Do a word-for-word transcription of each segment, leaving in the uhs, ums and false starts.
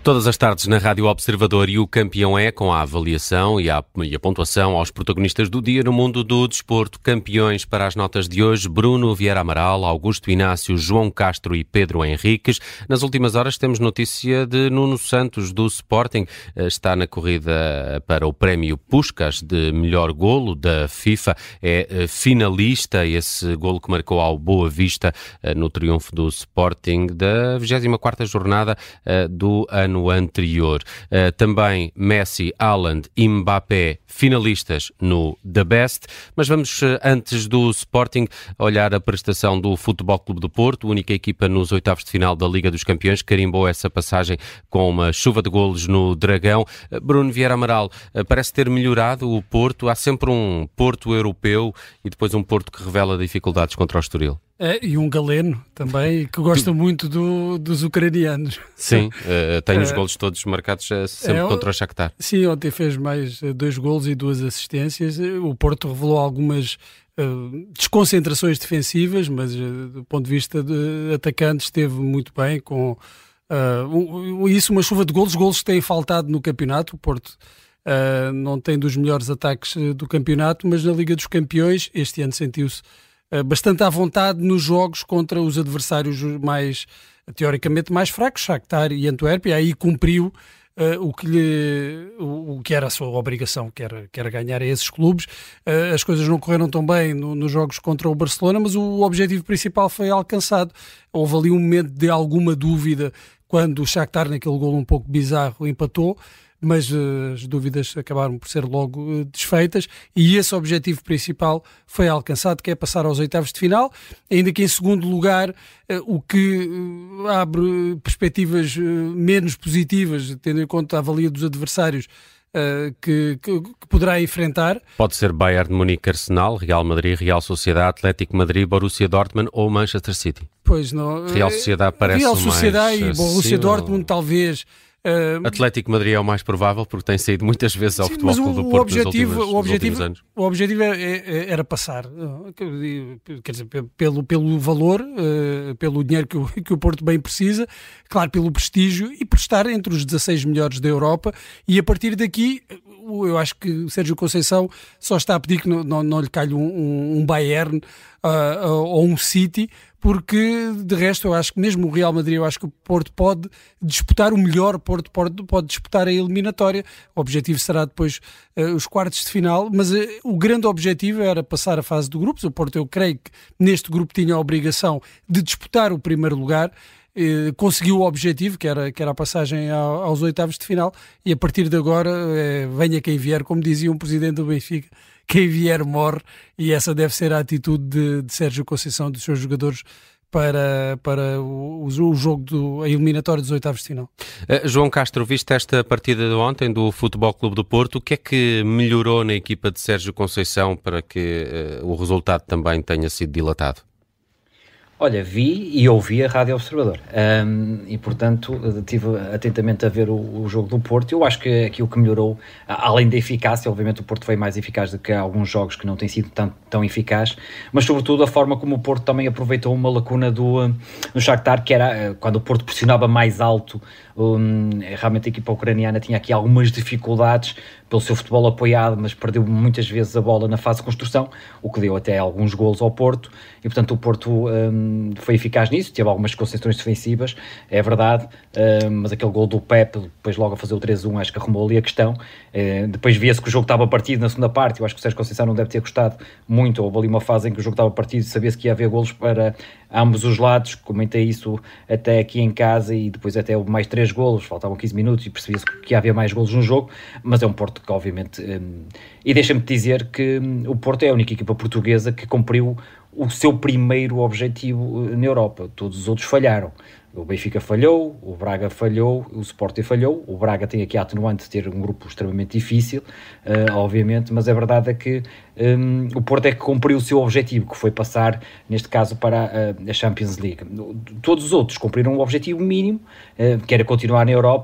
Todas as tardes na Rádio Observador, e o campeão é com a avaliação e a, e a pontuação aos protagonistas do dia no mundo do desporto. Campeões para as notas de hoje: Bruno Vieira Amaral, Augusto Inácio, João Castro e Pedro Henriques. Nas últimas horas temos notícia de Nuno Santos do Sporting. Está na corrida para o prémio Puskás de melhor golo da FIFA. É finalista esse golo que marcou ao Boa Vista no triunfo do Sporting da vigésima quarta jornada do ano anterior. Uh, também Messi, Haaland e Mbappé finalistas no The Best. Mas vamos, uh, antes do Sporting, olhar a prestação do Futebol Clube do Porto, única equipa nos oitavos de final da Liga dos Campeões, carimbou essa passagem com uma chuva de golos no Dragão. Uh, Bruno Vieira Amaral, uh, parece ter melhorado o Porto. Há sempre um Porto europeu e depois um Porto que revela dificuldades contra o Estoril. É, e um galeno também, que gosta muito do, dos ucranianos. Sim, uh, tem os uh, golos todos marcados uh, sempre é, contra o Shakhtar. Sim, ontem fez mais uh, dois golos e duas assistências. O Porto revelou algumas uh, desconcentrações defensivas, mas uh, do ponto de vista de atacantes esteve muito bem. Com uh, isso, uma chuva de golos, golos que têm faltado no campeonato. O Porto uh, não tem dos melhores ataques uh, do campeonato, mas na Liga dos Campeões este ano sentiu-se bastante à vontade nos jogos contra os adversários mais, teoricamente, mais fracos, Shakhtar e Antuérpia. Aí cumpriu uh, o, que lhe, o, o que era a sua obrigação, que era, que era ganhar a esses clubes. Uh, as coisas não correram tão bem no, nos jogos contra o Barcelona, mas o objetivo principal foi alcançado. Houve ali um momento de alguma dúvida quando o Shakhtar, naquele golo um pouco bizarro, empatou, mas uh, as dúvidas acabaram por ser logo uh, desfeitas, e esse objetivo principal foi alcançado, que é passar aos oitavos de final, ainda que em segundo lugar, uh, o que uh, abre perspectivas uh, menos positivas, tendo em conta a avalia dos adversários uh, que, que, que poderá enfrentar. Pode ser Bayern de Munique, Arsenal, Real Madrid, Real Sociedade, Atlético Madrid, Borussia Dortmund ou Manchester City. Pois não. Real Sociedade parece Real mais Sociedade e Borussia acessível. Dortmund talvez. Uh, Atlético Madrid é o mais provável, porque tem saído muitas vezes ao sim, Futebol Clube do Porto nos últimos, o objetivo, nos anos. O objetivo é, é, era passar, quer dizer, pelo, pelo valor, uh, pelo dinheiro que o, que o Porto bem precisa, claro, pelo prestígio e por estar entre os dezasseis melhores da Europa, e a partir daqui eu acho que o Sérgio Conceição só está a pedir que não, não, não lhe calhe um, um Bayern uh, ou um City, porque de resto eu acho que mesmo o Real Madrid, eu acho que o Porto pode disputar o melhor, o Porto pode, pode disputar a eliminatória. O objetivo será depois uh, os quartos de final, mas uh, o grande objetivo era passar a fase de grupos. O Porto, eu creio que neste grupo tinha a obrigação de disputar o primeiro lugar. Eh, conseguiu o objetivo, que era, que era a passagem ao, aos oitavos de final, e a partir de agora eh, venha quem vier, como dizia um presidente do Benfica, quem vier morre, e essa deve ser a atitude de, de Sérgio Conceição, dos seus jogadores, para, para o, o jogo, do, a eliminatória dos oitavos de final. Uh, João Castro, viste esta partida de ontem do Futebol Clube do Porto, o que é que melhorou na equipa de Sérgio Conceição para que uh, o resultado também tenha sido dilatado? Olha, vi e ouvi a Rádio Observador um, e, portanto, estive atentamente a ver o, o jogo do Porto. Eu acho que aquilo que melhorou, além da eficácia, obviamente o Porto foi mais eficaz do que alguns jogos que não têm sido tão, tão eficaz, mas sobretudo a forma como o Porto também aproveitou uma lacuna do, do Shakhtar, que era quando o Porto pressionava mais alto. Um, realmente a equipa ucraniana tinha aqui algumas dificuldades pelo seu futebol apoiado, mas perdeu muitas vezes a bola na fase de construção, o que deu até alguns golos ao Porto, e portanto o Porto um, foi eficaz nisso, teve algumas concessões defensivas, é verdade, um, mas aquele gol do Pepe, depois logo a fazer o três a um, acho que arrumou ali a questão. Uh, depois via-se que o jogo estava partido na segunda parte. Eu acho que o Sérgio Conceição não deve ter gostado muito. Houve ali uma fase em que o jogo estava partido, sabia-se que ia haver golos para ambos os lados, comentei isso até aqui em casa, e depois até houve mais três golos, faltavam quinze minutos e percebia-se que ia haver mais golos no jogo, mas é um Porto que obviamente, um, e deixa-me dizer que um, o Porto é a única equipa portuguesa que cumpriu o seu primeiro objetivo na Europa, todos os outros falharam. O Benfica falhou, o Braga falhou, o Sporting falhou. O Braga tem aqui a atenuante de ter um grupo extremamente difícil, uh, obviamente, mas a verdade é que um, o Porto é que cumpriu o seu objetivo, que foi passar, neste caso, para a, a Champions League. Todos os outros cumpriram um objetivo mínimo, uh, que era continuar na Europa,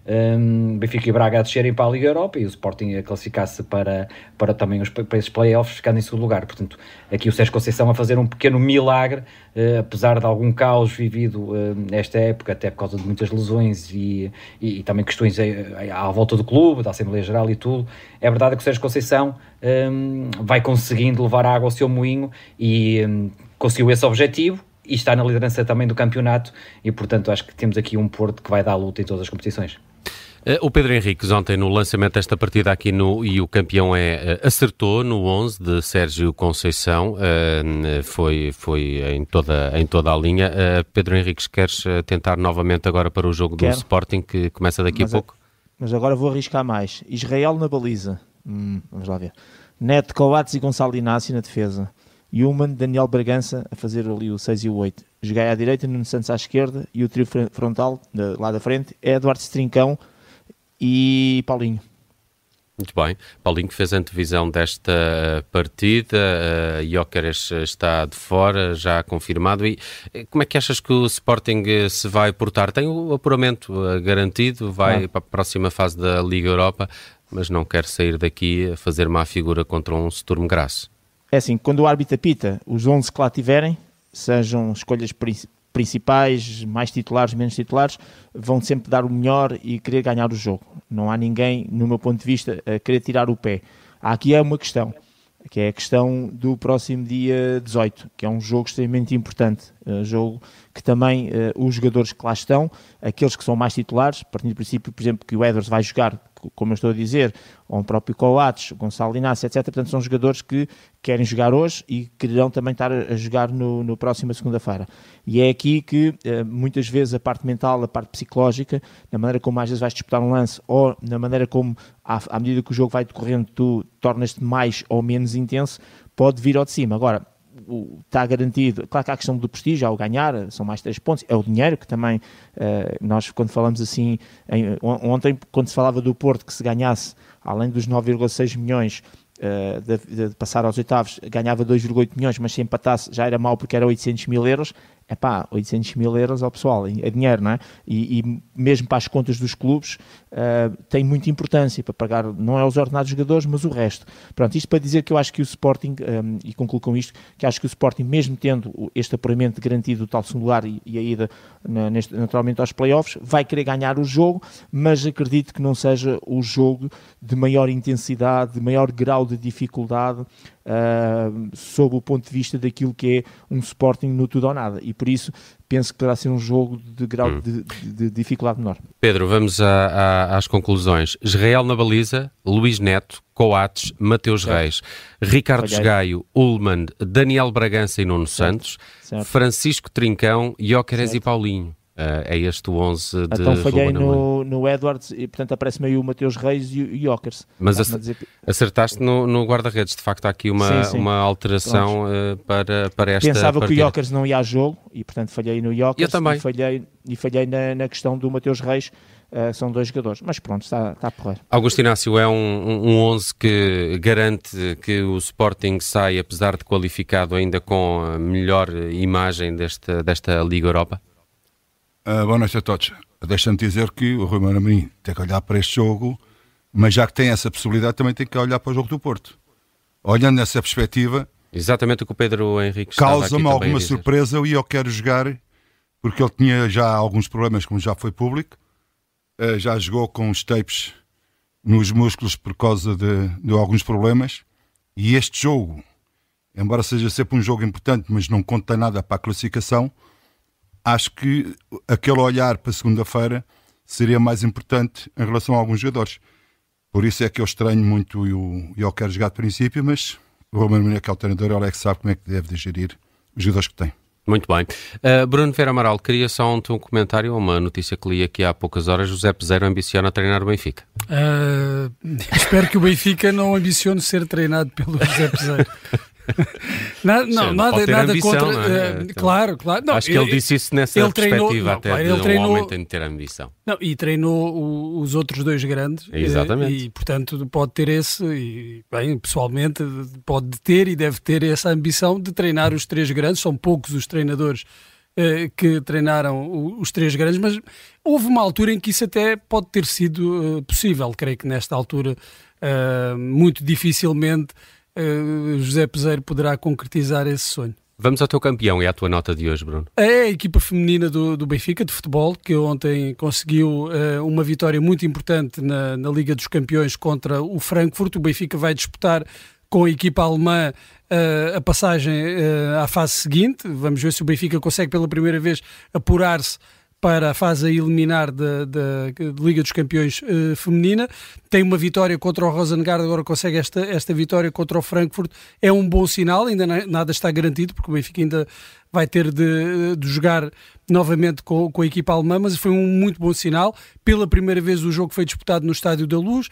um, Benfica e Braga a descerem para a Liga Europa e o Sporting a classificar-se para, para também os, para esses play-offs, ficando em segundo lugar. Portanto, aqui o Sérgio Conceição a fazer um pequeno milagre, uh, apesar de algum caos vivido uh, nesta época, até por causa de muitas lesões e, e, e também questões à, à volta do clube, da Assembleia Geral e tudo. É verdade que o Sérgio Conceição um, vai conseguindo levar a água ao seu moinho e um, conseguiu esse objetivo e está na liderança também do campeonato e, portanto, acho que temos aqui um Porto que vai dar luta em todas as competições. O Pedro Henriques, ontem no lançamento desta partida aqui no E o Campeão é, acertou no onze de Sérgio Conceição, foi, foi em, toda, em toda a linha. Pedro Henriques, queres tentar novamente agora para o jogo Quero. do Sporting, que começa daqui mas a pouco? A, mas agora vou arriscar mais. Israel na baliza, hum, vamos lá ver. Neto, Coates e Gonçalo Inácio na defesa. Human, Daniel Bragança a fazer ali o seis e o oito. Joguei à direita, Nuno Santos à esquerda e o trio frontal, de, lá da frente, é Eduardo Trincão e Paulinho. Muito bem. Paulinho que fez a antevisão desta partida, uh, Gyökeres está de fora, já confirmado. E como é que achas que o Sporting se vai portar? Tem o apuramento uh, garantido, vai ah. para a próxima fase da Liga Europa, mas não quer sair daqui a fazer má figura contra um Sturm Graz. É assim, quando o árbitro apita, os onze que lá tiverem, sejam escolhas principais, mais titulares, menos titulares, vão sempre dar o melhor e querer ganhar o jogo. Não há ninguém, no meu ponto de vista, a querer tirar o pé. Aqui é uma questão, que é a questão do próximo dia dezoito, que é um jogo extremamente importante. Um jogo que também uh, os jogadores que lá estão, aqueles que são mais titulares, partindo do princípio, por exemplo, que o Edwards vai jogar, como eu estou a dizer, ou o próprio Coates, o Gonçalo Inácio, etcétera. Portanto, são jogadores que querem jogar hoje e quererão também estar a jogar no, no próxima segunda-feira. E é aqui que, eh, muitas vezes, a parte mental, a parte psicológica, na maneira como às vezes vais disputar um lance, ou na maneira como, à, à medida que o jogo vai decorrendo, tu tornas-te mais ou menos intenso, pode vir ao de cima. Agora, o, está garantido, claro que há a questão do prestígio ao ganhar, são mais três pontos, é o dinheiro que também, uh, nós quando falamos assim, em, ontem quando se falava do Porto que se ganhasse, além dos nove vírgula seis milhões uh, de, de passar aos oitavos, ganhava dois vírgula oito milhões, mas se empatasse já era mau porque era oitocentos mil euros, é pá, oitocentos mil euros ao pessoal, é dinheiro, não é? E, e mesmo para as contas dos clubes uh, tem muita importância para pagar, não é os ordenados jogadores, mas o resto. Pronto, isto para dizer que eu acho que o Sporting, um, e concluo com isto, que acho que o Sporting, mesmo tendo este apuramento garantido, o tal segundo lugar e, e a ida na, neste, naturalmente aos play-offs, vai querer ganhar o jogo, mas acredito que não seja o jogo de maior intensidade, de maior grau de dificuldade, Uh, sob o ponto de vista daquilo que é um Sporting no tudo ou nada, e por isso penso que poderá ser um jogo de grau hum. de, de, de dificuldade menor. Pedro, vamos a, a, às conclusões. Israel na baliza, Luís Neto, Coates, Mateus certo. Reis, Ricardo Esgaio, Ullmann, Daniel Bragança e Nuno certo. Santos, certo. Francisco Trincão, Gyökeres e Paulinho. Uh, é este o onze de Então falhei no, no Edwards e portanto aparece-me aí o Mateus Reis e o Gyökeres. Mas ac- dizer... acertaste no, no guarda-redes, de facto há aqui uma, sim, sim. uma alteração uh, para, para esta Pensava partida. que o Gyökeres não ia a jogo e portanto falhei no Gyökeres. Eu também. E falhei, e falhei na, na questão do Mateus Reis, uh, são dois jogadores, mas pronto, está, está a porrer. Augusto Inácio, é um, um onze que garante que o Sporting sai, apesar de qualificado, ainda com a melhor imagem desta, desta Liga Europa? Uh, boa noite a todos. Deixa-me dizer que o Rui Mário Amorim tem que olhar para este jogo, mas já que tem essa possibilidade, também tem que olhar para o jogo do Porto. Olhando nessa perspectiva, exatamente o que o Pedro Henrique causa-me alguma surpresa e eu quero jogar, porque ele tinha já alguns problemas, como já foi público, uh, já jogou com os tapes nos músculos por causa de, de alguns problemas, e este jogo, embora seja sempre um jogo importante, mas não conta nada para a classificação, acho que aquele olhar para segunda-feira seria mais importante em relação a alguns jogadores. Por isso é que eu estranho muito e eu, eu quero jogar de princípio, mas o Romano Munier, que é o treinador, ele é que sabe como é que deve gerir os jogadores que tem. Muito bem. Uh, Bruno Vieira Amaral, queria só um, um comentário, uma notícia que li aqui há poucas horas. José Peseiro ambiciona treinar o Benfica. Uh, espero que o Benfica não ambicione ser treinado pelo José Peseiro. Não, não, não nada, nada ambição, contra. Não é? uh, então, claro, claro. Não, acho que ele, ele disse isso nessa ele perspectiva, treinou, até não, de ele um treinou, homem tem de ter ambição. Não, e treinou o, os outros dois grandes. Exatamente. E, portanto, pode ter esse, e, bem, pessoalmente, pode ter e deve ter essa ambição de treinar os três grandes. São poucos os treinadores uh, que treinaram os três grandes, mas houve uma altura em que isso até pode ter sido uh, possível. Creio que nesta altura, uh, muito dificilmente, uh, José Peseiro poderá concretizar esse sonho. Vamos ao teu campeão e à tua nota de hoje, Bruno. É a equipa feminina do, do Benfica, de futebol, que ontem conseguiu uh, uma vitória muito importante na, na Liga dos Campeões contra o Frankfurt. O Benfica vai disputar com a equipa alemã uh, a passagem uh, à fase seguinte. Vamos ver se o Benfica consegue pela primeira vez apurar-se para a fase a eliminar da, da, da Liga dos Campeões uh, feminina. Tem uma vitória contra o Rosengard, agora consegue esta, esta vitória contra o Frankfurt. É um bom sinal, ainda nada está garantido, porque o Benfica ainda vai ter de, de jogar novamente com, com a equipa alemã, mas foi um muito bom sinal. Pela primeira vez o jogo foi disputado no Estádio da Luz,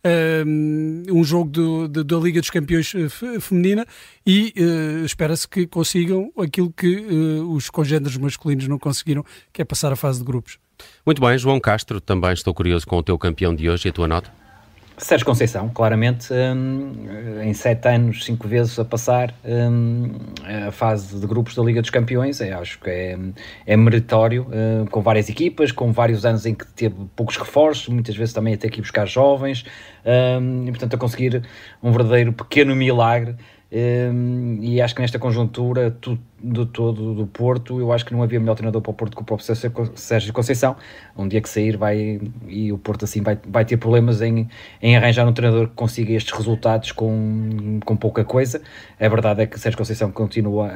um, um jogo do, de, da Liga dos Campeões feminina, e uh, espera-se que consigam aquilo que uh, os congêneres masculinos não conseguiram, que é passar a fase de grupos. Muito bem, João Castro, também estou curioso com o teu campeão de hoje e a tua nota. Sérgio Conceição, claramente, um, em sete anos, cinco vezes a passar um, a fase de grupos da Liga dos Campeões, é, acho que é, é meritório, um, com várias equipas, com vários anos em que teve poucos reforços, muitas vezes também a ter que ir buscar jovens, um, e portanto a conseguir um verdadeiro pequeno milagre. Um, e acho que nesta conjuntura tu, do todo do Porto, eu acho que não havia melhor treinador para o Porto que o próprio Sérgio Conceição. Um dia que sair vai, e o Porto assim vai, vai ter problemas em, em arranjar um treinador que consiga estes resultados com, com pouca coisa. A verdade é que Sérgio Conceição continua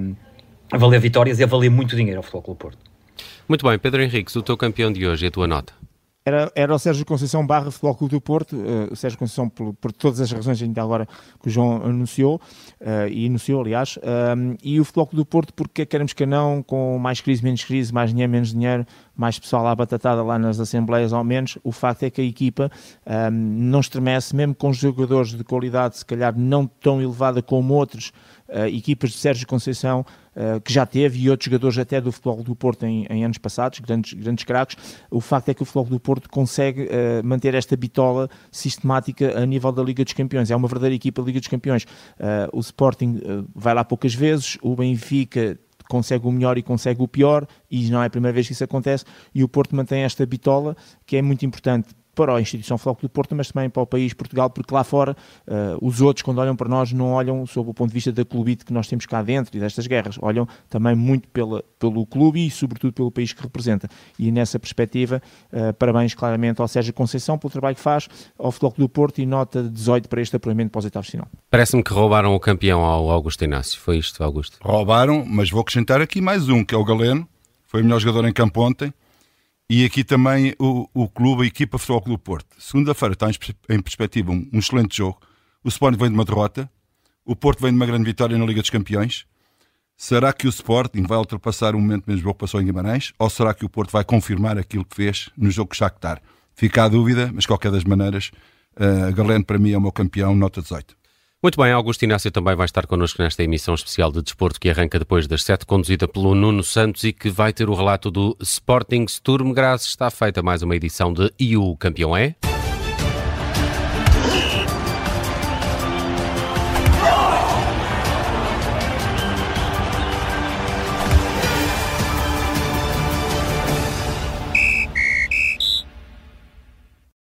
a, a valer vitórias e a valer muito dinheiro ao Futebol Clube do Porto. Muito bem, Pedro Henriques, o teu campeão de hoje e a tua nota. Era, era o Sérgio Conceição barra Futebol Clube do Porto, uh, o Sérgio Conceição por, por todas as razões ainda agora que o João anunciou, uh, e anunciou aliás, um, e o Futebol Clube do Porto porque queremos que não, com mais crise, menos crise, mais dinheiro, menos dinheiro, mais pessoal à batatada lá nas assembleias ao menos, o facto é que a equipa um, não estremece, mesmo com jogadores de qualidade se calhar não tão elevada como outros, Uh, equipas de Sérgio Conceição uh, que já teve, e outros jogadores até do Futebol do Porto em, em anos passados, grandes, grandes craques. O facto é que o Futebol do Porto consegue uh, manter esta bitola sistemática a nível da Liga dos Campeões. É uma verdadeira equipa da Liga dos Campeões. Uh, o Sporting uh, vai lá poucas vezes, o Benfica consegue o melhor e consegue o pior, e não é a primeira vez que isso acontece, e o Porto mantém esta bitola que é muito importante para a instituição Futebol Clube do Porto, mas também para o país Portugal, porque lá fora uh, os outros, quando olham para nós, não olham sob o ponto de vista da clubite que nós temos cá dentro e destas guerras, olham também muito pela, pelo clube e sobretudo pelo país que representa. E nessa perspectiva, uh, parabéns claramente ao Sérgio Conceição pelo trabalho que faz, ao Futebol Clube do Porto, e nota dezoito para este apuramento para os oitavos de final. Parece-me que roubaram o campeão ao Augusto Inácio, foi isto, Augusto? Roubaram, mas vou acrescentar aqui mais um, que é o Galeno, foi o melhor jogador em campo ontem. E aqui também o, o clube, a equipa Futebol Clube do Porto. Segunda-feira está em perspectiva um, um excelente jogo. O Sporting vem de uma derrota, o Porto vem de uma grande vitória na Liga dos Campeões. Será que o Sporting vai ultrapassar o momento mesmo que passou em Guimarães? Ou será que o Porto vai confirmar aquilo que fez no jogo com o Shakhtar? Fica a dúvida, mas de qualquer das maneiras, uh, Galeno para mim é o meu campeão, nota dezoito. Muito bem, Augusto Inácio também vai estar connosco nesta emissão especial de desporto que arranca depois das sete, conduzida pelo Nuno Santos, e que vai ter o relato do Sporting Sturm Graz. Está feita mais uma edição de E o Campeão é...